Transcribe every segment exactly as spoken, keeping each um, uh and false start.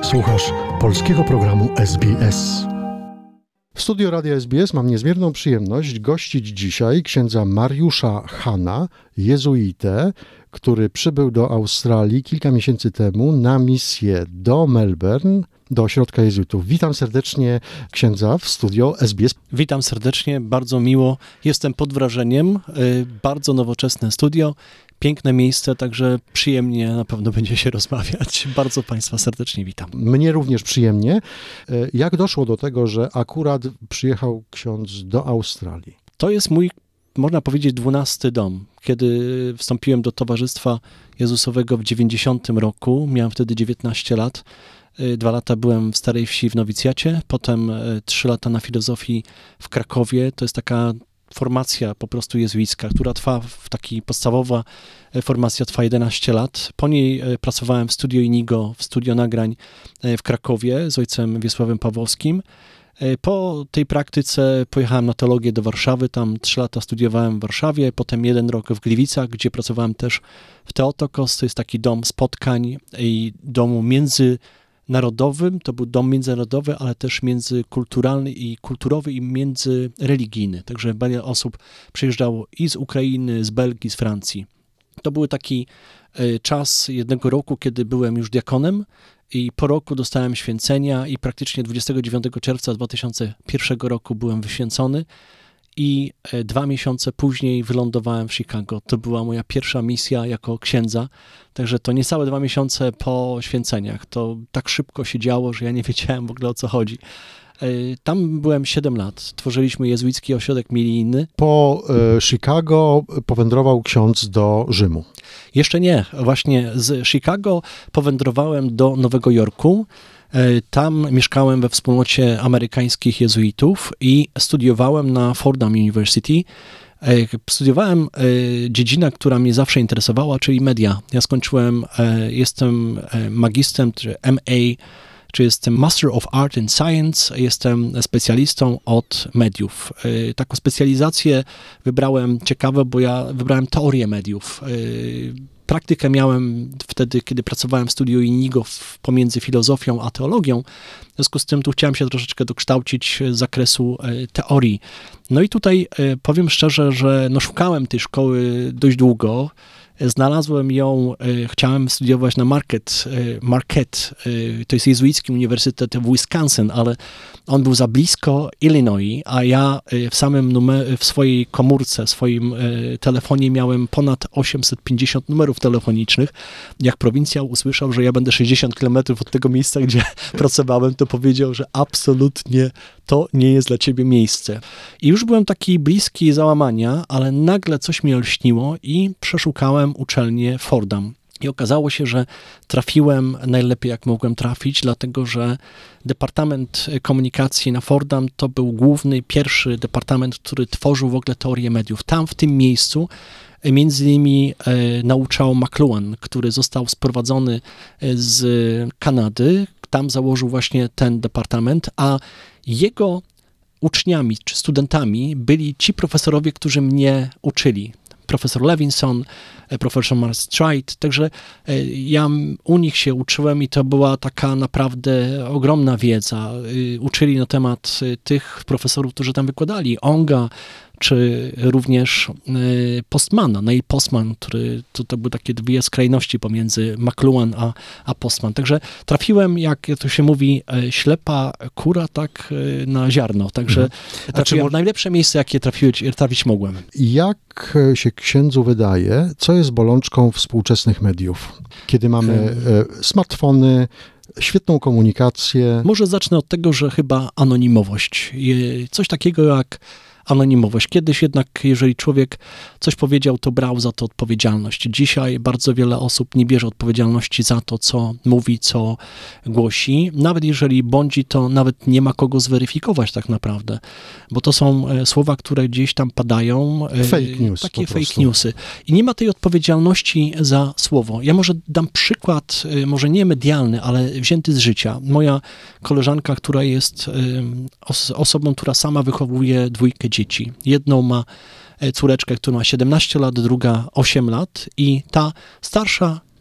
Słuchasz polskiego programu S B S. W studiu Radia S B S mam niezmierną przyjemność gościć dzisiaj księdza Mariusza Hana, jezuitę, który przybył do Australii kilka miesięcy temu na misję do Melbourne, do ośrodka jezuitów. Witam serdecznie księdza w studio S B S. Witam serdecznie, bardzo miło. Jestem pod wrażeniem. Bardzo nowoczesne studio, piękne miejsce, także przyjemnie na pewno będzie się rozmawiać. Bardzo Państwa serdecznie witam. Mnie również przyjemnie. Jak doszło do tego, że akurat przyjechał ksiądz do Australii? To jest mój, można powiedzieć, dwunasty dom. Kiedy wstąpiłem do Towarzystwa Jezusowego w dziewięćdziesiątym roku, miałem wtedy dziewiętnaście lat. Dwa lata byłem w Starej Wsi w nowicjacie, potem trzy lata na filozofii w Krakowie. To jest taka formacja po prostu jezuicka, która trwa, w taki podstawowa formacja trwa jedenaście lat. Po niej pracowałem w Studio Inigo, w studio nagrań w Krakowie z ojcem Wiesławem Pawłowskim. Po tej praktyce pojechałem na teologię do Warszawy, tam trzy lata studiowałem w Warszawie, potem jeden rok w Gliwicach, gdzie pracowałem też w Theotokos, to jest taki dom spotkań i domu międzynarodowym, to był dom międzynarodowy, ale też międzykulturalny i kulturowy i międzyreligijny, także wiele osób przyjeżdżało i z Ukrainy, z Belgii, z Francji. To był taki czas jednego roku, kiedy byłem już diakonem i po roku dostałem święcenia i praktycznie dwudziestego dziewiątego czerwca dwa tysiące pierwszego roku byłem wyświęcony i dwa miesiące później wylądowałem w Chicago. To była moja pierwsza misja jako księdza, także to niecałe dwa miesiące po święceniach. To tak szybko się działo, że ja nie wiedziałem w ogóle o co chodzi. Tam byłem siedem lat. Tworzyliśmy jezuicki ośrodek milijny. Po e, Chicago powędrował ksiądz do Rzymu. Jeszcze nie. Właśnie z Chicago powędrowałem do Nowego Jorku. Tam mieszkałem we wspólnocie amerykańskich jezuitów i studiowałem na Fordham University. Studiowałem dziedzinę, która mnie zawsze interesowała, czyli media. Ja skończyłem, jestem magistrem, czy M A, czy jestem Master of Art and Science, jestem specjalistą od mediów. Taką specjalizację wybrałem ciekawe, bo ja wybrałem teorię mediów. Praktykę miałem wtedy, kiedy pracowałem w studiu Inigo pomiędzy filozofią a teologią. W związku z tym tu chciałem się troszeczkę dokształcić z zakresu teorii. No i tutaj powiem szczerze, że no szukałem tej szkoły dość długo. Znalazłem ją, chciałem studiować na Marquette, Marquette, to jest jezuicki uniwersytet w Wisconsin, ale on był za blisko Illinois, a ja w samym numer, w swojej komórce, w swoim telefonie miałem ponad osiemset pięćdziesiąt numerów telefonicznych. Jak prowincjał usłyszał, że ja będę sześćdziesiąt kilometrów od tego miejsca, gdzie pracowałem, to powiedział, że absolutnie to nie jest dla ciebie miejsce. I już byłem taki bliski załamania, ale nagle coś mi olśniło i przeszukałem uczelnię Fordham. I okazało się, że trafiłem najlepiej jak mogłem trafić, dlatego że Departament Komunikacji na Fordham to był główny, pierwszy departament, który tworzył w ogóle teorię mediów. Tam w tym miejscu między innymi e, nauczał McLuhan, który został sprowadzony z Kanady. Tam założył właśnie ten departament, a jego uczniami czy studentami byli ci profesorowie, którzy mnie uczyli. Profesor Levinson, profesor Mark Stride, także ja u nich się uczyłem i to była taka naprawdę ogromna wiedza. Uczyli na temat tych profesorów, którzy tam wykładali, Onga, czy również Postmana, Neil Postman, który to, to były takie dwie skrajności pomiędzy McLuhan a, a Postman. Także trafiłem, jak to się mówi, ślepa kura, tak na ziarno. Także hmm. trafiłem w najlepsze miejsce, jakie trafić, trafić mogłem. Jak się księdzu wydaje, co jest bolączką współczesnych mediów? Kiedy mamy hmm. smartfony, świetną komunikację. Może zacznę od tego, że chyba anonimowość. Coś takiego jak anonimowość. Kiedyś jednak, jeżeli człowiek coś powiedział, to brał za to odpowiedzialność. Dzisiaj bardzo wiele osób nie bierze odpowiedzialności za to, co mówi, co głosi. Nawet jeżeli błądzi, to nawet nie ma kogo zweryfikować tak naprawdę, bo to są słowa, które gdzieś tam padają. Fake news. Takie fake newsy. I nie ma tej odpowiedzialności za słowo. Ja może dam przykład, może nie medialny, ale wzięty z życia. Moja koleżanka, która jest os- osobą, która sama wychowuje dwójkę dzieci. Jedną ma córeczkę, która ma siedemnaście lat, druga osiem lat i ta starsza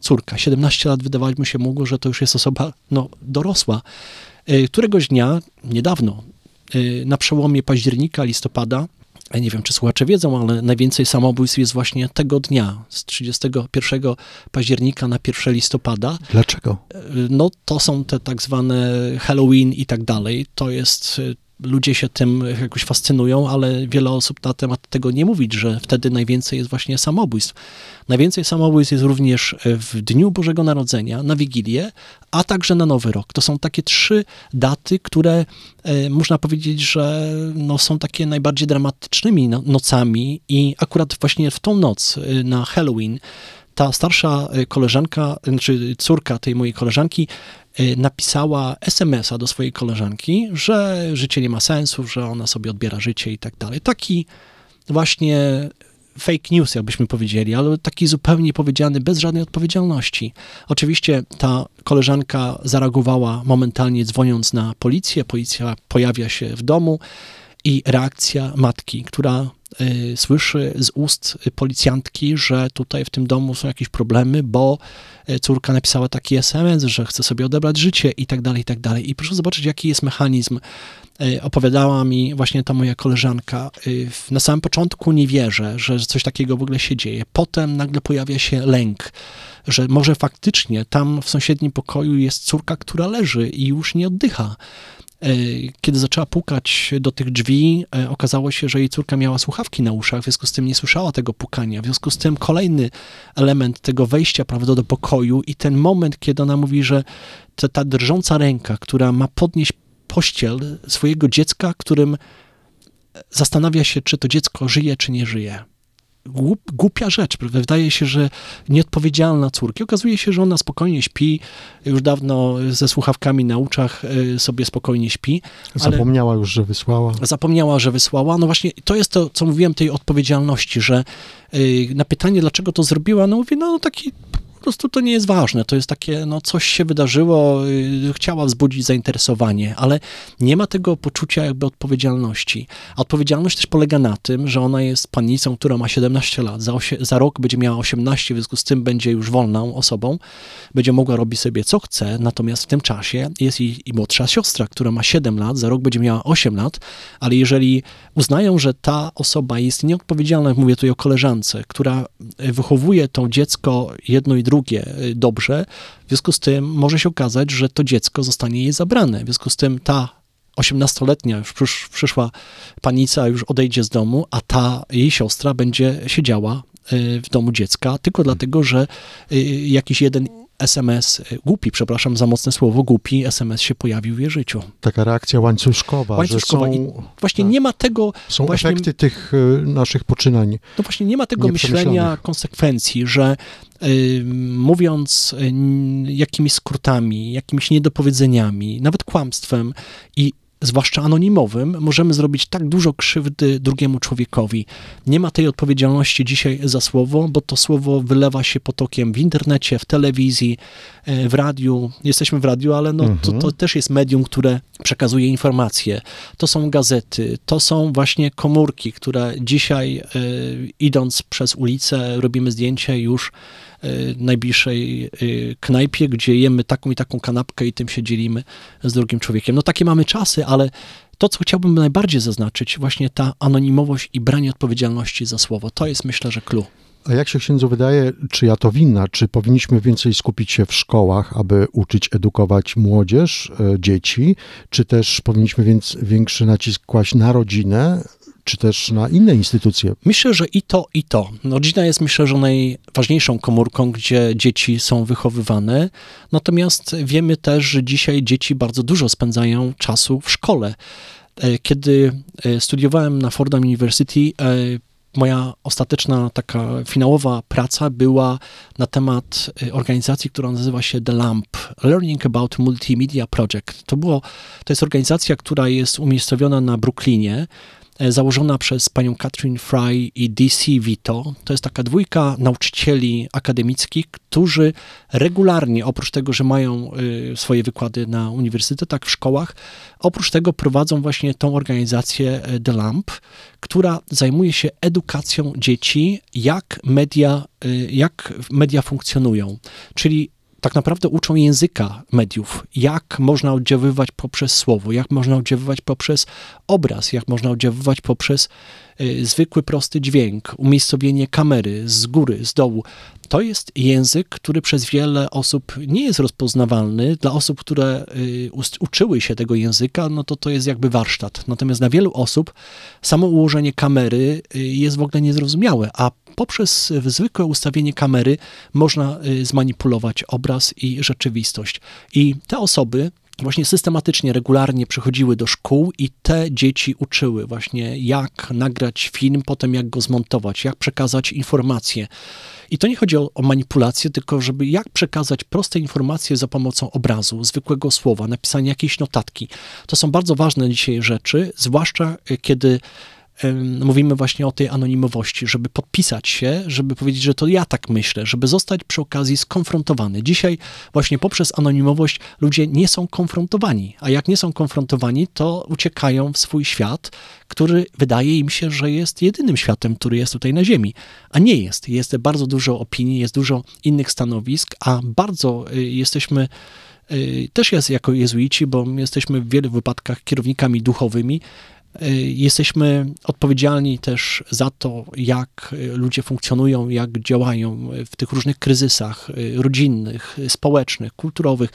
córka. siedemnaście lat wydawać mi się mogło, że to już jest osoba no, dorosła. Któregoś dnia, niedawno, na przełomie października, listopada, nie wiem, czy słuchacze wiedzą, ale najwięcej samobójstw jest właśnie tego dnia, z trzydziestego pierwszego października na pierwszego listopada. Dlaczego? No to są te tak zwane Halloween i tak dalej. To jest, ludzie się tym jakoś fascynują, ale wiele osób na temat tego nie mówi, że wtedy najwięcej jest właśnie samobójstw. Najwięcej samobójstw jest również w Dniu Bożego Narodzenia, na Wigilię, a także na Nowy Rok. To są takie trzy daty, które e, można powiedzieć, że no, są takie najbardziej dramatycznymi no, nocami i akurat właśnie w tą noc e, na Halloween ta starsza koleżanka, znaczy córka tej mojej koleżanki e, napisała es em es a do swojej koleżanki, że życie nie ma sensu, że ona sobie odbiera życie i tak dalej. Taki właśnie fake news, jakbyśmy powiedzieli, ale taki zupełnie powiedziany, bez żadnej odpowiedzialności. Oczywiście ta koleżanka zareagowała momentalnie, dzwoniąc na policję. Policja pojawia się w domu i reakcja matki, która y, słyszy z ust policjantki, że tutaj w tym domu są jakieś problemy, bo córka napisała taki es em es, że chce sobie odebrać życie i tak dalej, i tak dalej. I proszę zobaczyć, jaki jest mechanizm. Opowiadała mi właśnie ta moja koleżanka. Na samym początku nie wierzę, że coś takiego w ogóle się dzieje. Potem nagle pojawia się lęk, że może faktycznie tam w sąsiednim pokoju jest córka, która leży i już nie oddycha. Kiedy zaczęła pukać do tych drzwi, okazało się, że jej córka miała słuchawki na uszach, w związku z tym nie słyszała tego pukania. W związku z tym kolejny element tego wejścia, prawda, do pokoju i ten moment, kiedy ona mówi, że ta, ta drżąca ręka, która ma podnieść pościel swojego dziecka, którym zastanawia się, czy to dziecko żyje, czy nie żyje. Głup, głupia rzecz, wydaje się, że nieodpowiedzialna córki. Okazuje się, że ona spokojnie śpi, już dawno ze słuchawkami na uszach sobie spokojnie śpi. Zapomniała już, że wysłała. Zapomniała, że wysłała. No właśnie, to jest to, co mówiłem, tej odpowiedzialności, że na pytanie, dlaczego to zrobiła, no mówi, no taki po prostu to nie jest ważne, to jest takie, no coś się wydarzyło, yy, chciała wzbudzić zainteresowanie, ale nie ma tego poczucia jakby odpowiedzialności. A odpowiedzialność też polega na tym, że ona jest pannicą, która ma siedemnaście lat, za, osie, za rok będzie miała osiemnaście, w związku z tym będzie już wolną osobą, będzie mogła robić sobie co chce, natomiast w tym czasie jest i, i młodsza siostra, która ma siedem lat, za rok będzie miała osiem lat, ale jeżeli uznają, że ta osoba jest nieodpowiedzialna, jak mówię tutaj o koleżance, która wychowuje to dziecko jedno i drugie dobrze, w związku z tym może się okazać, że to dziecko zostanie jej zabrane. W związku z tym ta osiemnastoletnia już przysz, przyszła panica już odejdzie z domu, a ta jej siostra będzie siedziała w domu dziecka tylko dlatego, że jakiś jeden es em es, głupi, przepraszam za mocne słowo, głupi es em es się pojawił w jej życiu. Taka reakcja łańcuszkowa, łańcuszkowa. że są, I właśnie tak, nie ma tego... Są właśnie, efekty tych naszych poczynań. No właśnie nie ma tego myślenia konsekwencji, że y, mówiąc y, jakimiś skrótami, jakimiś niedopowiedzeniami, nawet kłamstwem i zwłaszcza anonimowym, możemy zrobić tak dużo krzywdy drugiemu człowiekowi. Nie ma tej odpowiedzialności dzisiaj za słowo, bo to słowo wylewa się potokiem w internecie, w telewizji, w radiu. Jesteśmy w radiu, ale no, to, to też jest medium, które przekazuje informacje. To są gazety, to są właśnie komórki, które dzisiaj y, idąc przez ulicę robimy zdjęcie już najbliższej knajpie, gdzie jemy taką i taką kanapkę i tym się dzielimy z drugim człowiekiem. No takie mamy czasy, ale to, co chciałbym najbardziej zaznaczyć, właśnie ta anonimowość i branie odpowiedzialności za słowo, to jest, myślę, że clue. A jak się księdzu wydaje, czyja to wina? Czy powinniśmy więcej skupić się w szkołach, aby uczyć, edukować młodzież, dzieci? Czy też powinniśmy więc większy nacisk kłaść na rodzinę, czy też na inne instytucje? Myślę, że i to, i to. Rodzina jest, myślę, że najważniejszą komórką, gdzie dzieci są wychowywane. Natomiast wiemy też, że dzisiaj dzieci bardzo dużo spędzają czasu w szkole. Kiedy studiowałem na Fordham University, moja ostateczna taka finałowa praca była na temat organizacji, która nazywa się The Lamp, Learning About Multimedia Project. To było, to jest organizacja, która jest umiejscowiona na Brooklynie założona przez panią Catherine Fry i D C Vito. To jest taka dwójka nauczycieli akademickich, którzy regularnie, oprócz tego, że mają swoje wykłady na uniwersytetach, w szkołach, oprócz tego prowadzą właśnie tą organizację The Lamp, która zajmuje się edukacją dzieci, jak media, jak media funkcjonują. Czyli tak naprawdę uczą języka mediów, jak można oddziaływać poprzez słowo, jak można oddziaływać poprzez obraz, jak można oddziaływać poprzez y, zwykły, prosty dźwięk, umiejscowienie kamery z góry, z dołu. To jest język, który przez wiele osób nie jest rozpoznawalny. Dla osób, które y, uczyły się tego języka, no to to jest jakby warsztat. Natomiast dla wielu osób samo ułożenie kamery y, jest w ogóle niezrozumiałe, a poprzez zwykłe ustawienie kamery można y, zmanipulować obraz i rzeczywistość. I te osoby właśnie systematycznie, regularnie przychodziły do szkół i te dzieci uczyły właśnie, jak nagrać film, potem jak go zmontować, jak przekazać informacje. I to nie chodzi o, o manipulację, tylko żeby jak przekazać proste informacje za pomocą obrazu, zwykłego słowa, napisania jakiejś notatki. To są bardzo ważne dzisiaj rzeczy, zwłaszcza kiedy mówimy właśnie o tej anonimowości, żeby podpisać się, żeby powiedzieć, że to ja tak myślę, żeby zostać przy okazji skonfrontowany. Dzisiaj właśnie poprzez anonimowość ludzie nie są konfrontowani, a jak nie są konfrontowani, to uciekają w swój świat, który wydaje im się, że jest jedynym światem, który jest tutaj na ziemi, a nie jest. Jest bardzo dużo opinii, jest dużo innych stanowisk, a bardzo jesteśmy też jest jako jezuici, bo jesteśmy w wielu wypadkach kierownikami duchowymi. Jesteśmy odpowiedzialni też za to, jak ludzie funkcjonują, jak działają w tych różnych kryzysach rodzinnych, społecznych, kulturowych.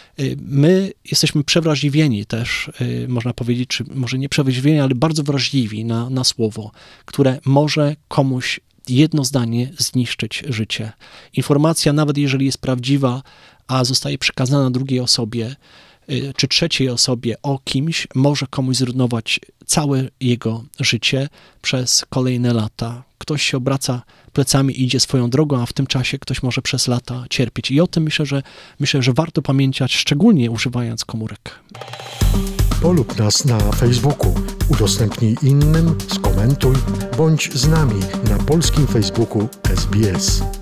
My jesteśmy przewrażliwieni też, można powiedzieć, czy może nie przewrażliwieni, ale bardzo wrażliwi na, na słowo, które może komuś jedno zdanie zniszczyć życie. Informacja, nawet jeżeli jest prawdziwa, a zostaje przekazana drugiej osobie, czy trzeciej osobie o kimś, może komuś zrujnować całe jego życie przez kolejne lata. Ktoś się obraca plecami i idzie swoją drogą, a w tym czasie ktoś może przez lata cierpieć. I o tym myślę, że myślę, że warto pamiętać, szczególnie używając komórek. Polub nas na Facebooku, udostępnij innym, skomentuj, bądź z nami na polskim Facebooku S B S.